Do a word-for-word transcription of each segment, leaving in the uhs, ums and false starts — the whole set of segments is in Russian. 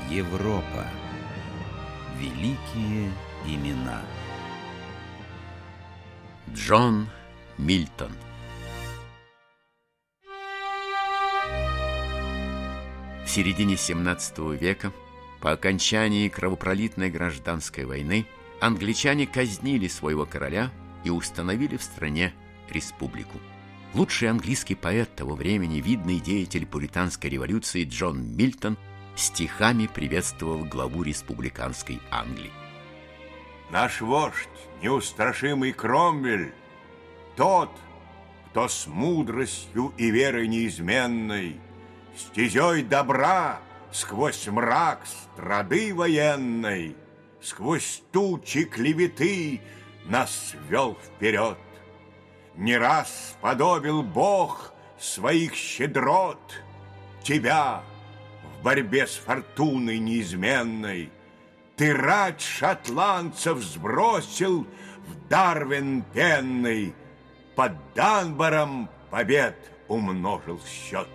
Европа. Великие имена. Джон Мильтон. В середине семнадцатого века, по окончании кровопролитной гражданской войны, англичане казнили своего короля и установили в стране республику. Лучший английский поэт того времени, видный деятель пуританской революции Джон Мильтон, стихами приветствовал главу республиканской Англии. Наш вождь, неустрашимый Кромвель, тот, кто с мудростью и верой неизменной, стезей добра сквозь мрак страды военной, сквозь тучи клеветы нас вел вперед. Не раз сподобил Бог своих щедрот тебя в борьбе с фортуной неизменной. Ты рать шотландцев сбросил в Дарвин пенный, под Данбором побед умножил счет.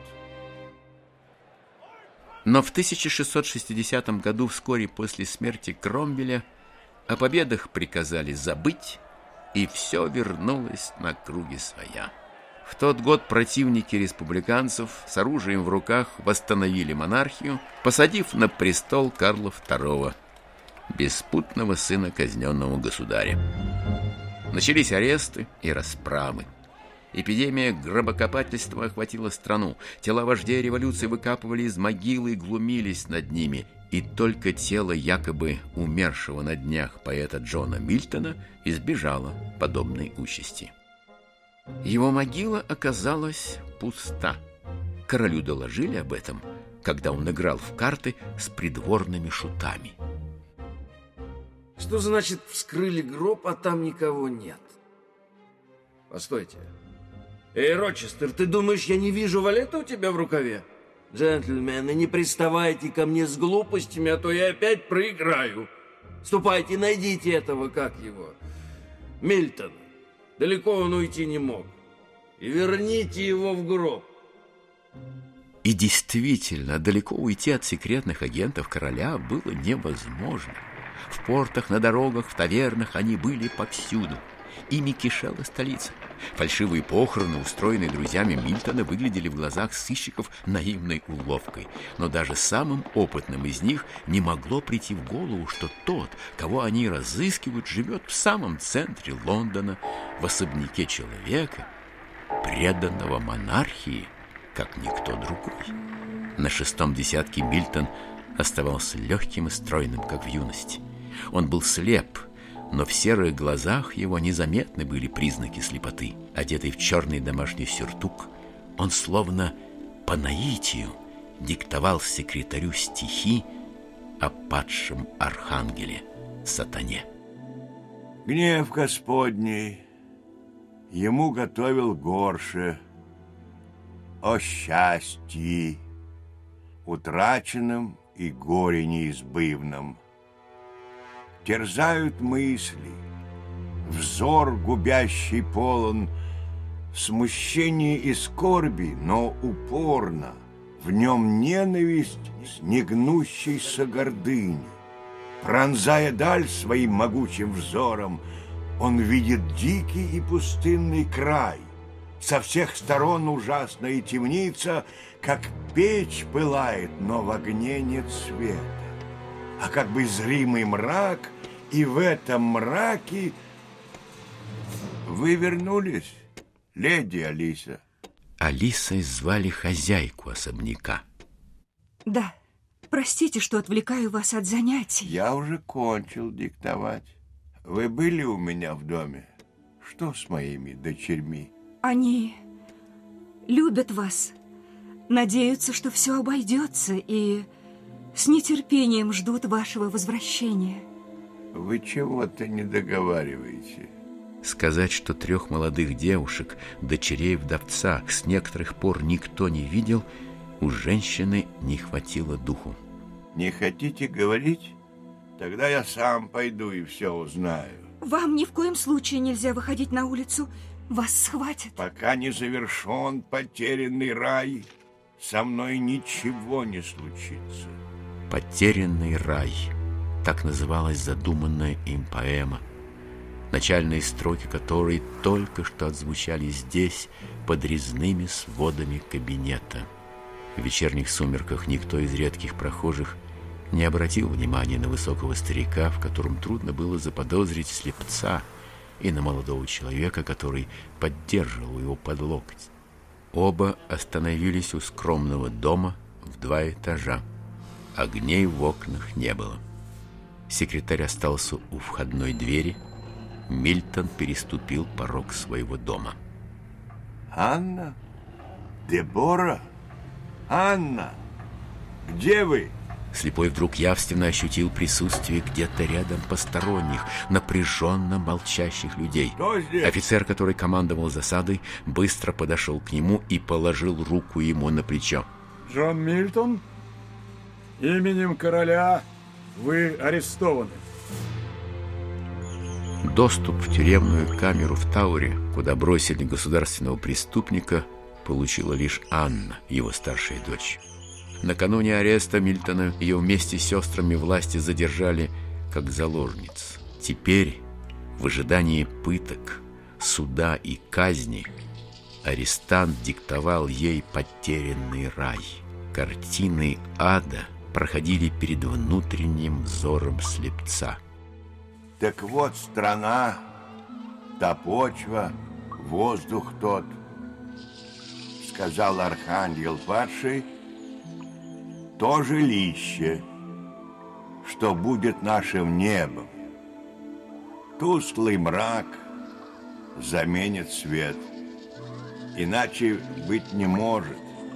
Но в тысяча шестьсот шестидесятом году, вскоре после смерти Кромвеля, о победах приказали забыть, и все вернулось на круги своя. В тот год противники республиканцев с оружием в руках восстановили монархию, посадив на престол Карла второго, беспутного сына казненного государя. Начались аресты и расправы. Эпидемия гробокопательства охватила страну. Тела вождей революции выкапывали из могилы и глумились над ними. И только тело якобы умершего на днях поэта Джона Мильтона избежало подобной участи. Его могила оказалась пуста. Королю доложили об этом, когда он играл в карты с придворными шутами. Что значит вскрыли гроб, а там никого нет? Постойте. Эй, Рочестер, ты думаешь, я не вижу валета у тебя в рукаве? Джентльмены, не приставайте ко мне с глупостями, а то я опять проиграю. Ступайте, найдите этого, как его, Мильтона. Далеко он уйти не мог. И верните его в гроб. И действительно, далеко уйти от секретных агентов короля было невозможно. В портах, на дорогах, в тавернах они были повсюду. Ими кишела столица. Фальшивые похороны, устроенные друзьями Мильтона, выглядели в глазах сыщиков наивной уловкой. Но даже самым опытным из них не могло прийти в голову, что тот, кого они разыскивают, живет в самом центре Лондона, в особняке человека, преданного монархии, как никто другой. На шестом десятке Мильтон оставался легким и стройным, как в юности. Он был слеп, но в серых глазах его незаметны были признаки слепоты. Одетый в черный домашний сюртук, он словно по наитию диктовал секретарю стихи о падшем архангеле сатане. Гнев Господний ему готовил горше, о счастье утраченном и горе неизбывном. Терзают мысли, взор губящий полон смущения и скорби, но упорно в нем ненависть с негнущейся гордыни. Пронзая даль своим могучим взором, он видит дикий и пустынный край. Со всех сторон ужасная темница, как печь пылает, но в огне нет света. А как бы зримый мрак, и в этом мраке вы вернулись, леди Алиса. Алисой звали хозяйку особняка. Да, простите, что отвлекаю вас от занятий. Я уже кончил диктовать. Вы были у меня в доме? Что с моими дочерьми? Они любят вас, надеются, что все обойдется, и с нетерпением ждут вашего возвращения. Вы чего-то не договариваете. Сказать, что трех молодых девушек, дочерей вдовца, с некоторых пор никто не видел, у женщины не хватило духу. Не хотите говорить? Тогда я сам пойду и все узнаю. Вам ни в коем случае нельзя выходить на улицу. Вас схватят. Пока не завершен потерянный рай, со мной ничего не случится. «Потерянный рай». Так называлась задуманная им поэма, начальные строки которой только что отзвучали здесь, под резными сводами кабинета. В вечерних сумерках никто из редких прохожих не обратил внимания на высокого старика, в котором трудно было заподозрить слепца, и на молодого человека, который поддерживал его под локоть. Оба остановились у скромного дома в два этажа. Огней в окнах не было. Секретарь остался у входной двери. Мильтон переступил порог своего дома. Анна? Дебора? Анна? Где вы? Слепой вдруг явственно ощутил присутствие где-то рядом посторонних, напряженно молчащих людей. Кто здесь? Офицер, который командовал засадой, быстро подошел к нему и положил руку ему на плечо. Джон Мильтон, именем короля вы арестованы. Доступ в тюремную камеру в Тауэре, куда бросили государственного преступника, получила лишь Анна, его старшая дочь. Накануне ареста Мильтона ее вместе с сестрами власти задержали как заложниц. Теперь, в ожидании пыток, суда и казни, арестант диктовал ей потерянный рай. Картины ада проходили перед внутренним взором слепца. Так вот страна, та почва, воздух тот, сказал архангел падший, то жилище, что будет нашим небом. Тусклый мрак заменит свет, иначе быть не может.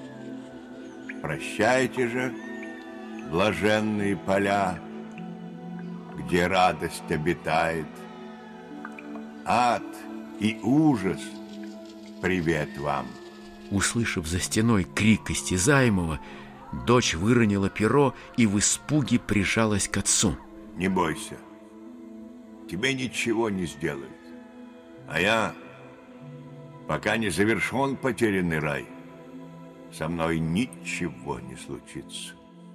Прощайте же, блаженные поля, где радость обитает. Ад и ужас, привет вам. Услышав за стеной крик истязаемого, дочь выронила перо и в испуге прижалась к отцу. Не бойся, тебе ничего не сделают. А я, пока не завершен потерянный рай, со мной ничего не случится.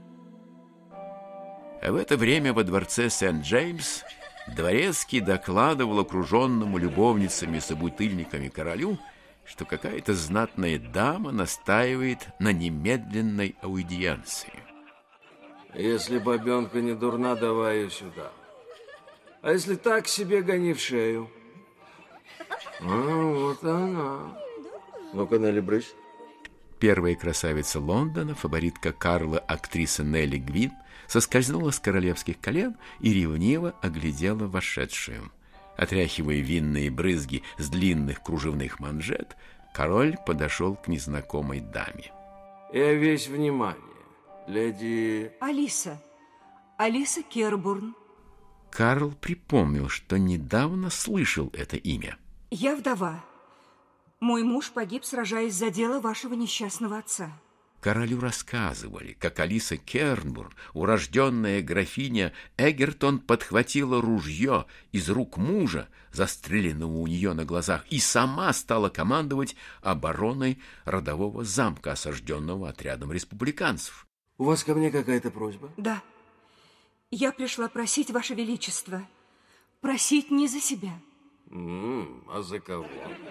А в это время во дворце Сент-Джеймс дворецкий докладывал окруженному любовницами и собутыльниками королю, что какая-то знатная дама настаивает на немедленной аудиенции. Если бабенка не дурна, давай ее сюда. А если так, себе гони в шею. А, вот она. Ну-ка, Нелли, брысь. Первая красавица Лондона, фаворитка Карла, актриса Нелли Гвин, соскользнула с королевских колен и ревниво оглядела вошедшую. Отряхивая винные брызги с длинных кружевных манжет, король подошел к незнакомой даме. Я весь внимание. Леди... Алиса. Алиса Кербурн. Карл припомнил, что недавно слышал это имя. Я вдова. Мой муж погиб, сражаясь за дело вашего несчастного отца. Королю рассказывали, как Алиса Кербурн, урожденная графиня Эгертон, подхватила ружье из рук мужа, застреленного у нее на глазах, и сама стала командовать обороной родового замка, осажденного отрядом республиканцев. У вас ко мне какая-то просьба? Да. Я пришла просить, Ваше Величество, просить не за себя. М-м, а за кого?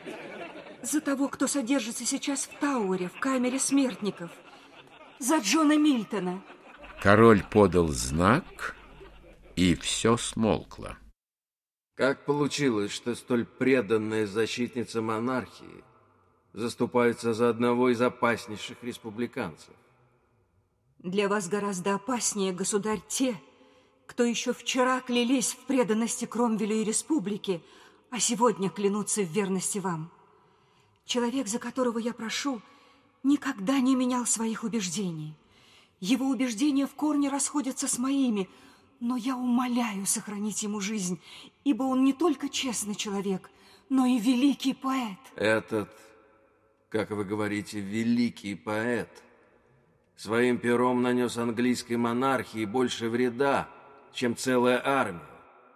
За того, кто содержится сейчас в Тауэре, в камере смертников. За Джона Мильтона. Король подал знак, и все смолкло. Как получилось, что столь преданная защитница монархии заступается за одного из опаснейших республиканцев? Для вас гораздо опаснее, государь, те, кто еще вчера клялись в преданности Кромвелю и республике, а сегодня клянутся в верности вам. Человек, за которого я прошу, никогда не менял своих убеждений. Его убеждения в корне расходятся с моими, но я умоляю сохранить ему жизнь, ибо он не только честный человек, но и великий поэт. Этот, как вы говорите, великий поэт своим пером нанес английской монархии больше вреда, чем целая армия.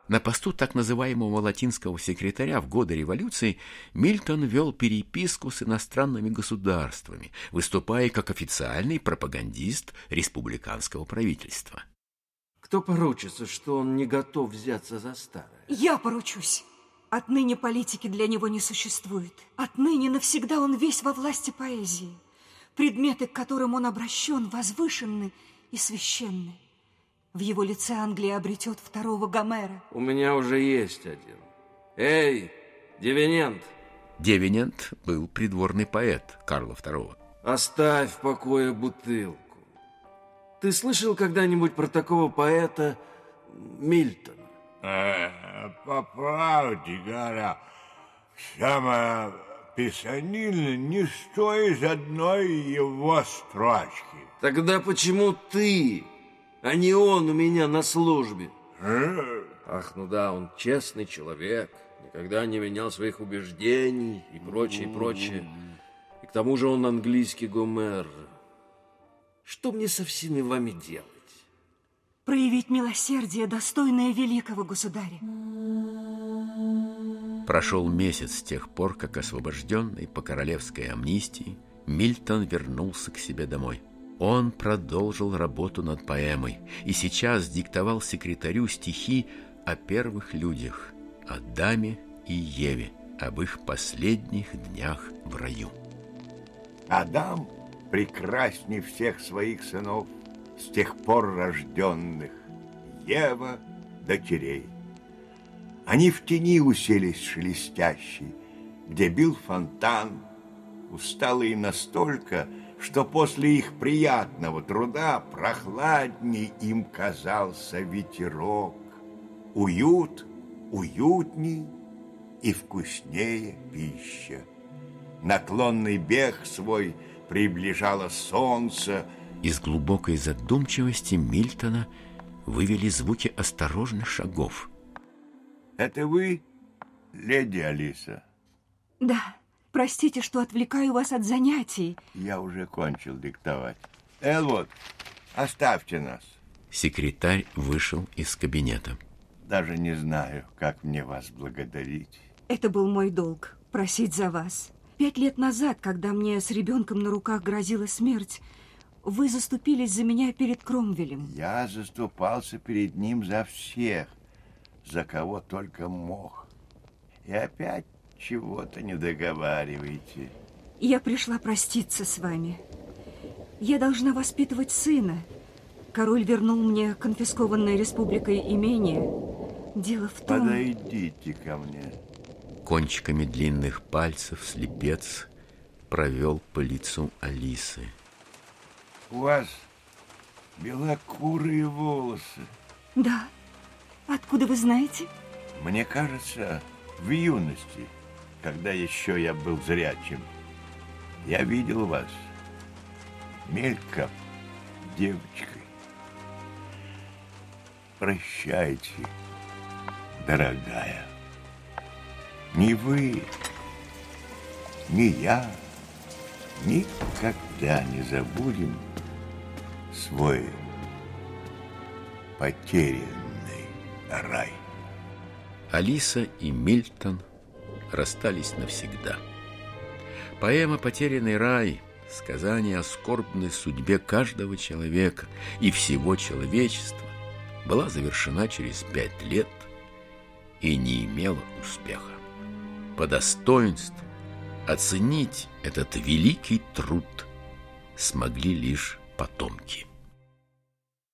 На посту так называемого латинского секретаря в годы революции Мильтон вел переписку с иностранными государствами, выступая как официальный пропагандист республиканского правительства. Кто поручится, что он не готов взяться за старое? Я поручусь. Отныне политики для него не существует. Отныне навсегда он весь во власти поэзии. Предметы, к которым он обращен, возвышенны и священны. В его лице Англия обретет второго Гомера. У меня уже есть один. Эй, Девинент! Девинент был придворный поэт Карла второго. Оставь в покое бутылку. Ты слышал когда-нибудь про такого поэта Мильтона? Э, по правде говоря, вся моя писанина не стоит одной его строчки. Тогда почему ты, а не он у меня на службе? Э? Ах, ну да, он честный человек, никогда не менял своих убеждений и прочее, и прочее. И к тому же он английский Гомер. Что мне со всеми вами делать? Проявить милосердие, достойное великого государя. Прошел месяц с тех пор, как, освобожденный по королевской амнистии, Мильтон вернулся к себе домой. Он продолжил работу над поэмой и сейчас диктовал секретарю стихи о первых людях, о Адаме и Еве, об их последних днях в раю. Адам прекрасней всех своих сынов, с тех пор рожденных, Ева дочерей. Они в тени уселись шелестящей, где бил фонтан, усталые настолько, что после их приятного труда прохладней им казался ветерок. Уют уютней и вкуснее пища. Наклонный бег свой приближало солнце. Из глубокой задумчивости Мильтона вывели звуки осторожных шагов. Это вы, леди Алиса? Да, простите, что отвлекаю вас от занятий. Я уже кончил диктовать. Элвуд, оставьте нас. Секретарь вышел из кабинета. Даже не знаю, как мне вас благодарить. Это был мой долг – просить за вас. Пять лет назад, когда мне с ребенком на руках грозила смерть, вы заступились за меня перед Кромвелем. Я заступался перед ним за всех, за кого только мог. И опять чего-то не договариваете. Я пришла проститься с вами. Я должна воспитывать сына. Король вернул мне конфискованное республикой имение. Дело в том... Подойдите ко мне. Кончиками длинных пальцев слепец провел по лицу Алисы. У вас белокурые волосы. Да. Откуда вы знаете? Мне кажется, в юности, когда еще я был зрячим, я видел вас мельком девочкой. Прощайте, дорогая. Ни вы, ни я никогда не забудем свой потерянный рай. Алиса и Мильтон расстались навсегда. Поэма «Потерянный рай» — сказание о скорбной судьбе каждого человека и всего человечества была завершена через пять лет и не имела успеха. По достоинству оценить этот великий труд смогли лишь потомки.